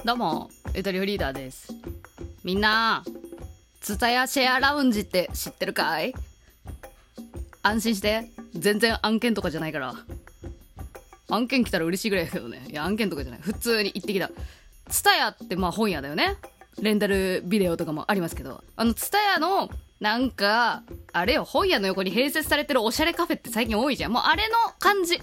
どうも、ゆとりフリーダーです。みんな、ツタヤシェアラウンジって知ってるかい？安心して、全然案件とかじゃないから。案件来たら嬉しいぐらいだけどね。いや、案件とかじゃない。普通に行ってきた。ツタヤってまあ本屋だよね。レンタルビデオとかもありますけど、ツタヤの、なんか、あれよ、本屋の横に併設されてるおしゃれカフェって最近多いじゃん。もうあれの感じ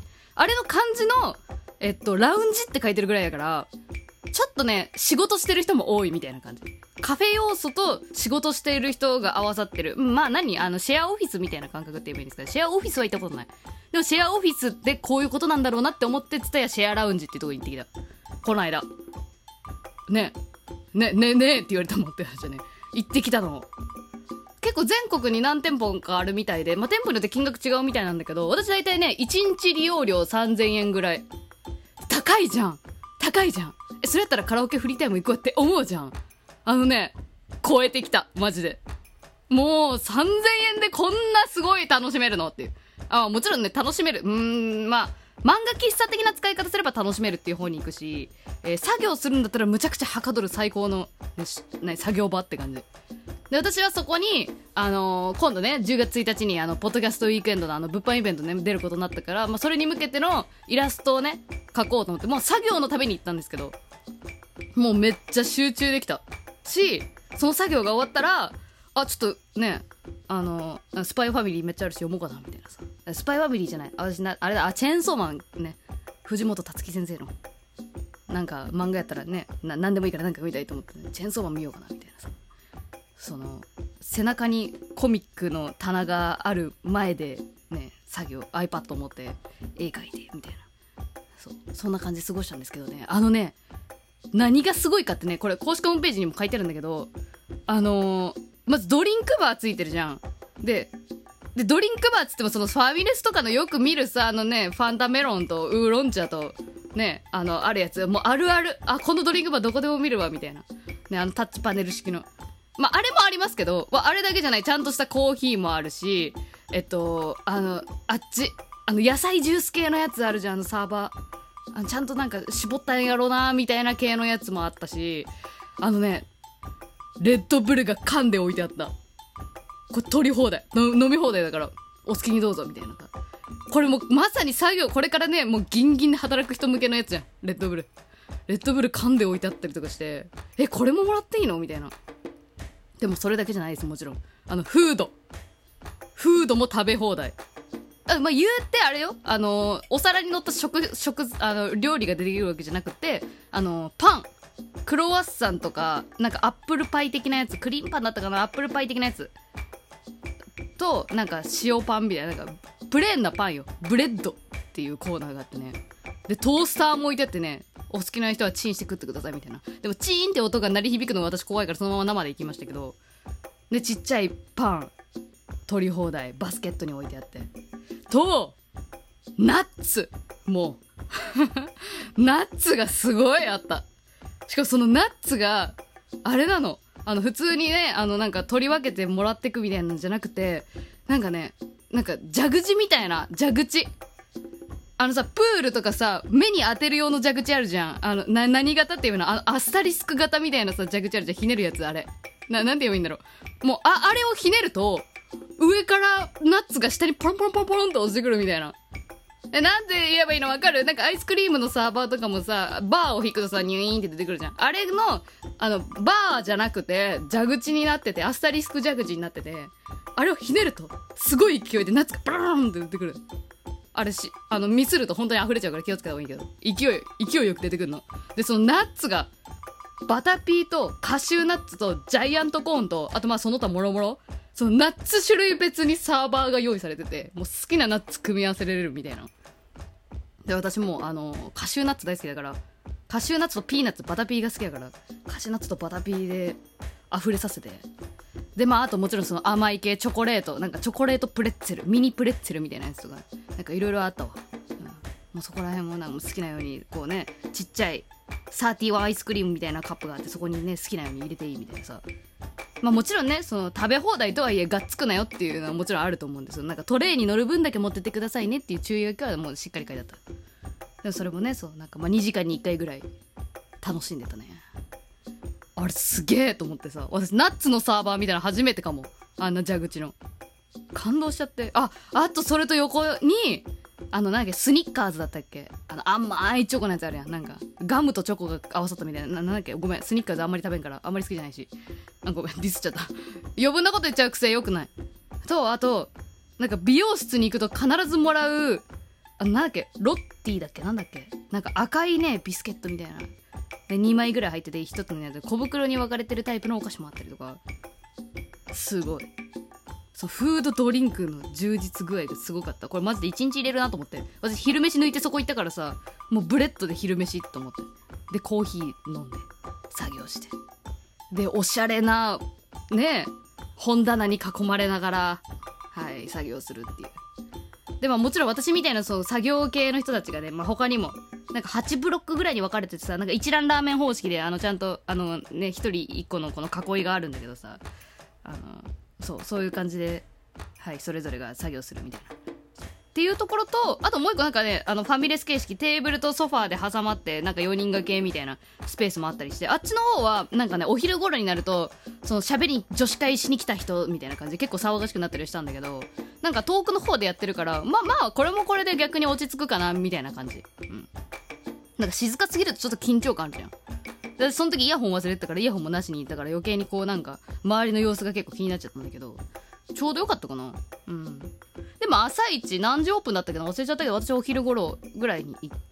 の、ラウンジって書いてるぐらいだから、ちょっとね、仕事してる人も多いみたいな感じ。カフェ要素と仕事している人が合わさってる。まあシェアオフィスみたいな感覚って言えばいいんですか？シェアオフィスは行ったことない。でもシェアオフィスってこういうことなんだろうなって思って、ツタヤシェアラウンジっていうところに行ってきた。この間。ねって言われたもんって話じゃね。行ってきたの。結構全国に何店舗かあるみたいで、まあ、店舗によって金額違うみたいなんだけど、私大体ね、1日利用料3000円ぐらい。高いじゃん。それやったらカラオケフリータイム行こうって思うじゃん。超えてきた。マジで。もう3000円でこんなすごい楽しめるのっていう。もちろんね、楽しめる。漫画喫茶的な使い方すれば楽しめるっていう方に行くし、作業するんだったらむちゃくちゃはかどる最高の、作業場って感じ。で、私はそこに、今度ね、10月1日にポッドキャストウィークエンドの物販イベントね、出ることになったから、まあ、それに向けてのイラストをね、描こうと思って、もう作業のために行ったんですけど、もうめっちゃ集中できたし、その作業が終わったら、ちょっとね、スパイファミリーめっちゃあるし読もうかな、みたいなさ。スパイファミリーじゃない。あれだ、チェーンソーマンね。藤本つ樹先生の。なんか漫画やったらね、なんでもいいからなんか見たいと思って、ね、チェーンソーマン見ようかな、みたいなさ。背中にコミックの棚がある前でね、作業、iPad 持って絵描いて、みたいな。そんな感じで過ごしたんですけどね。何がすごいかってね、これ公式ホームページにも書いてあるんだけど、まずドリンクバーついてるじゃん。でドリンクバーっつってもそのファミレスとかのよく見るさ、ファンタメロンとウーロン茶とね、あるやつ、もうあるある、このドリンクバーどこでも見るわみたいなね、タッチパネル式の、まああれもありますけど、あれだけじゃない、ちゃんとしたコーヒーもあるし、あっち野菜ジュース系のやつあるじゃん、サーバー、ちゃんとなんか絞ったんやろなみたいな系のやつもあったし、レッドブルが缶で置いてあった。これ取り放題、飲み放題だからお好きにどうぞみたいな。これもまさに作業、これからね、もうギンギンで働く人向けのやつじゃん。レッドブル缶で置いてあったりとかして、これももらっていいのみたいな。でもそれだけじゃないです、もちろん。フードも食べ放題。言うてあれよ、お皿に乗った料理が出てくるわけじゃなくて、パン、クロワッサンとか、なんかアップルパイ的なやつ、クリームパンだったかな、アップルパイ的なやつと、なんか塩パンみたいな、なんかプレーンなパンよ、ブレッドっていうコーナーがあってね。でトースターも置いてあってね、お好きな人はチンして食ってくださいみたいな。でもチーンって音が鳴り響くのが私怖いから、そのまま生で行きましたけど、でちっちゃいパン取り放題、バスケットに置いてあって、とナッツ、もうナッツがすごいあった。しかもそのナッツがあれなの、普通にね、なんか取り分けてもらってくみたいなんじゃなくて、なんか蛇口みたいな、蛇口、プールとかさ、目に当てる用の蛇口あるじゃん。何型っていうの、アスタリスク型みたいなさ、蛇口あるじゃん。ひねるやつ、あれ。なんて言えばいいんだろう。もう、あれをひねると、上からナッツが下にポロンポロンポロンポロンと落ちてくるみたいな。なんて言えばいいのわかる？なんかアイスクリームのサーバーとかもさ、バーを引くとさ、ニュイーンって出てくるじゃん。あれの、バーじゃなくて、蛇口になってて、アスタリスク蛇口になってて、あれをひねると、すごい勢いでナッツがブーンって出てくる。あれミスると本当に溢れちゃうから気をつけた方がいいけど、勢いよく出てくるの。で、そのナッツが、バタピーとカシューナッツとジャイアントコーンと、あとその他もろもろ、そのナッツ種類別にサーバーが用意されてて、もう好きなナッツ組み合わせれるみたいな。で、私もカシューナッツ大好きだから、カシューナッツとピーナッツ、バタピーが好きだから、カシューナッツとバタピーで溢れさせて、であともちろんその甘い系、チョコレート、なんかチョコレートプレッツェル、ミニプレッツェルみたいなやつとか、なんかいろいろあったわ。もうそこら辺もなんか好きなようにこうね、ちっちゃい31アイスクリームみたいなカップがあって、そこにね好きなように入れていいみたいなさ。もちろんね、その食べ放題とはいえがっつくなよっていうのはもちろんあると思うんですよ。なんかトレイに乗る分だけ持ってってくださいねっていう注意書きはもうしっかり書いてあった。でもそれもね、そうなんか2時間に1回ぐらい楽しんでたね。 あれすげえと思ってさ、私ナッツのサーバーみたいなの初めてかも。あんな蛇口の感動しちゃって。あとそれと横になんだっけ、スニッカーズだったっけ、甘いチョコのやつあるやん。なんかガムとチョコが合わさったみたいな。なんだっけ、ごめん、スニッカーズあんまり食べんからあんまり好きじゃないし、ごめんディスっちゃった。余分なこと言っちゃう癖よくないと。あとなんか美容室に行くと必ずもらうなんだっけ、ロッティだっけ、なんだっけ、なんか赤いねビスケットみたいなで2枚ぐらい入ってて1つのやつで小袋に分かれてるタイプのお菓子もあったりとか、すごい。そう、フードドリンクの充実具合がすごかった。これマジで1日入れるなと思って。私昼飯抜いてそこ行ったからさ、もうブレッドで昼飯と思って、でコーヒー飲んで作業して、でおしゃれなね本棚に囲まれながら作業するっていう。でももちろん私みたいなそう作業系の人たちがね、他にもなんか8ブロックぐらいに分かれててさ、なんか一蘭ラーメン方式でちゃんとね一人一個のこの囲いがあるんだけどさ、そういう感じでそれぞれが作業するみたいなっていうところと、あともう一個なんかねファミレス形式、テーブルとソファーで挟まってなんか4人掛けみたいなスペースもあったりして、あっちの方はなんかねお昼頃になるとその喋り女子会しに来た人みたいな感じで結構騒がしくなったりしたんだけど、なんか遠くの方でやってるからまあこれもこれで逆に落ち着くかなみたいな感じ。なんか静かすぎるとちょっと緊張感あるじゃん。でその時イヤホン忘れてたからイヤホンもなしに行ったから余計にこうなんか周りの様子が結構気になっちゃったんだけど、ちょうどよかったかな。でも朝一何時オープンだったけど忘れちゃったけど、私お昼頃ぐらいに行って、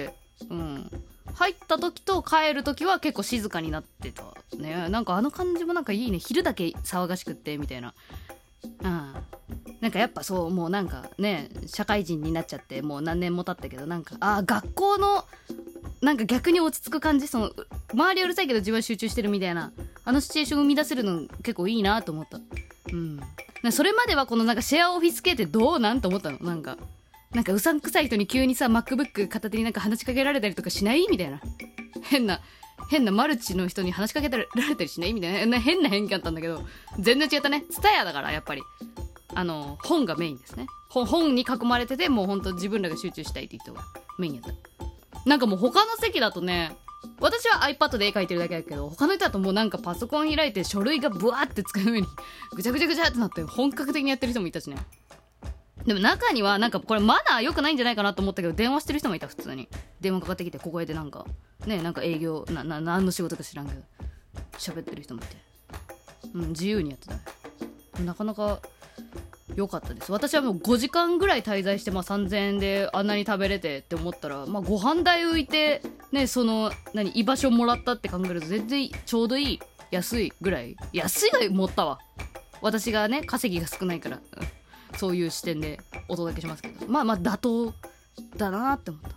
入った時と帰る時は結構静かになってたね。なんか感じもなんかいいね。昼だけ騒がしくってみたいな。なんかやっぱそう、もうなんかね社会人になっちゃってもう何年も経ったけど、なんか学校のなんか逆に落ち着く感じ、その周りうるさいけど自分は集中してるみたいなシチュエーションを生み出せるの結構いいなと思った。それまではこのなんかシェアオフィス系ってどうなんと思ったの。なんかうさんくさい人に急にさ MacBook 片手になんか話しかけられたりとかしないみたいな、変なマルチの人に話しかけられたりしないみたいな変な偏見あったんだけど、全然違ったね。TSUTAYAだからやっぱり本がメインですね。本に囲まれてて、もうほんと自分らが集中したいって人がメインやった。なんかもう他の席だとね、私は iPad で絵描いてるだけだけど、他の人だともうなんかパソコン開いて書類がブワーって机の上にぐちゃぐちゃぐちゃってなって本格的にやってる人もいたしね。でも中にはなんかこれマナー良くないんじゃないかなと思ったけど、電話してる人もいた。普通に電話かかってきて小声でなんかね、なんか営業何の仕事か知らんけど喋ってる人もいて、自由にやってた。なかなか良かったです。私はもう5時間ぐらい滞在して、3000円であんなに食べれてって思ったら、ご飯代浮いてね、その居場所もらったって考えると全然ちょうどいい、安いぐらい持ったわ。私がね稼ぎが少ないから、そういう視点でお届けしますけど、妥当だなって思った。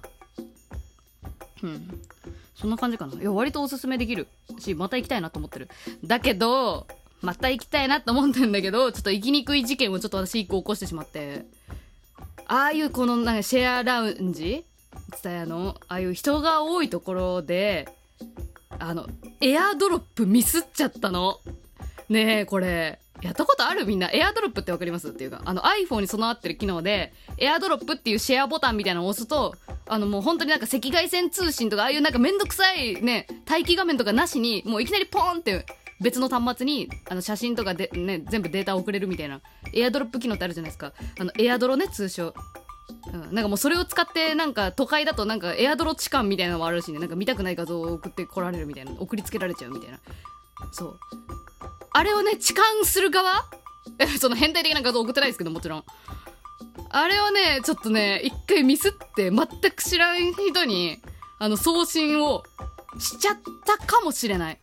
そんな感じかな。いや割とおすすめできるし、また行きたいなと思ってる。だけどまた行きたいなと思ってんだけど、ちょっと行きにくい事件をちょっと私一個起こしてしまって、ああいうこのなんかシェアラウンジ、TSUTAYAのああいう人が多いところでエアドロップミスっちゃったのね。これやったことある？みんなエアドロップってわかりますっていうか、iPhone に備わってる機能でエアドロップっていうシェアボタンみたいなのを押すと、もう本当になんか赤外線通信とかああいうなんかめんどくさいね待機画面とかなしに、もういきなりポーンって別の端末に写真とかでね全部データを送れるみたいなエアドロップ機能ってあるじゃないですか。エアドロね、通称。なんかもうそれを使ってなんか都会だとなんかエアドロ痴漢みたいなのもあるしね、なんか見たくない画像を送ってこられるみたいな、送りつけられちゃうみたいな。そうあれをね痴漢する側その変態的な画像送ってないですけど、もちろんあれをねちょっとね一回ミスって全く知らん人に送信をしちゃったかもしれない。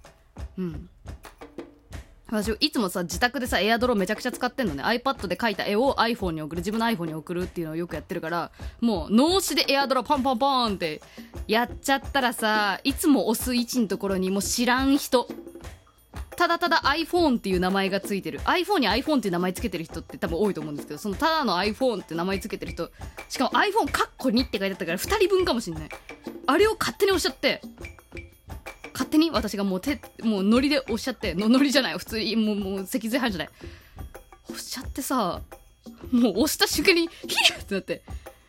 私いつもさ自宅でさエアドロめちゃくちゃ使ってんのね。 iPad で描いた絵を iPhone に送る、自分の iPhone に送るっていうのをよくやってるから、もう脳死でエアドロポンポンポンってやっちゃったらさ、いつも押す位置のところにもう知らん人、ただただ iPhone っていう名前がついてる、 iPhone に iPhone っていう名前つけてる人って多分多いと思うんですけど、そのただの iPhone って名前つけてる人、しかも iPhone カッコ2って書いてあったから2人分かもしんない。あれを勝手に押しちゃって、勝手に私がもうノリで押しちゃって、ノリじゃない、普通にもう脊髄反じゃない、押しちゃってさ、もう押した瞬間にヒヤってなって、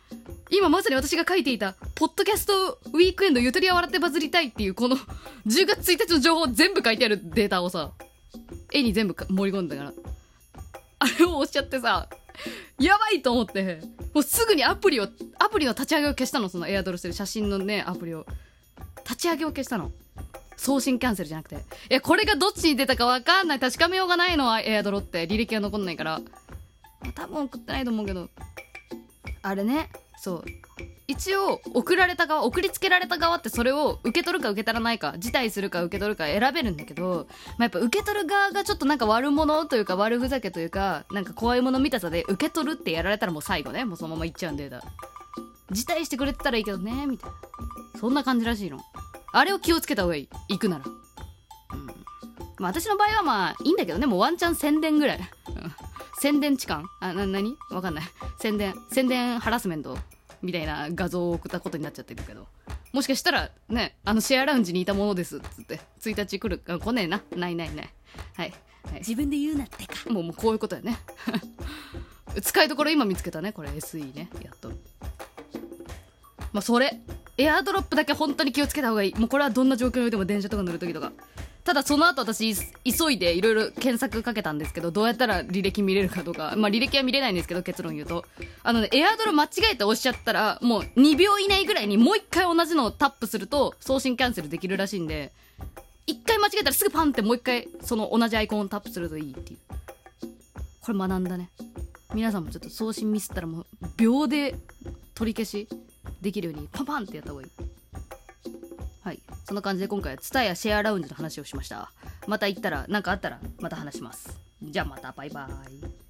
今まさに私が書いていたポッドキャストウィークエンドゆとりは笑ってバズりたいっていうこの10月1日の情報全部書いてあるデータをさ、絵に全部盛り込んだから、あれを押しちゃってさ、やばいと思って、もうすぐにアプリの立ち上げを消したの。そのエアドロしてる写真のねアプリを立ち上げを消したの。送信キャンセルじゃなくて。いや、これがどっちに出たかわかんない。確かめようがないのはエアドロって履歴が残んないから、多分送ってないと思うけど、あれね、そう一応送りつけられた側ってそれを受け取るか受け取らないか、辞退するか受け取るか選べるんだけど、やっぱ受け取る側がちょっとなんか悪者というか悪ふざけというか、なんか怖いもの見たさで受け取るってやられたらもう最後ね、もうそのままいっちゃうんで、辞退してくれてたらいいけどねみたいな、そんな感じらしいの。あれを気をつけた方がいい、行くなら。まあ私の場合はまあいいんだけどね、もうワンチャン宣伝ぐらい宣伝痴漢何わかんない、宣伝ハラスメントみたいな画像を送ったことになっちゃってるけど、もしかしたらね、シェアラウンジにいたものですっつって1日来る来ねえな、ないはい、はい、 自分で言うなってか。 もうこういうことやね使いどころ今見つけたね、これ SE ね、やっと。まあそれエアドロップだけ本当に気をつけた方がいい。もうこれはどんな状況においても、電車とか乗るときとか。ただその後私急いでいろいろ検索かけたんですけど、どうやったら履歴見れるかとか、まあ履歴は見れないんですけど、結論言うとエアドロ間違えて押しちゃったらもう2秒以内ぐらいにもう一回同じのをタップすると送信キャンセルできるらしいんで、一回間違えたらすぐパンってもう一回その同じアイコンをタップするといいっていう、これ学んだね。皆さんもちょっと送信ミスったらもう秒で取り消しできるようにパンパンってやった方がいい。はい、そんな感じで今回はTSUTAYAシェアラウンジの話をしました。また行ったら何かあったらまた話します。じゃあまた、バイバイ。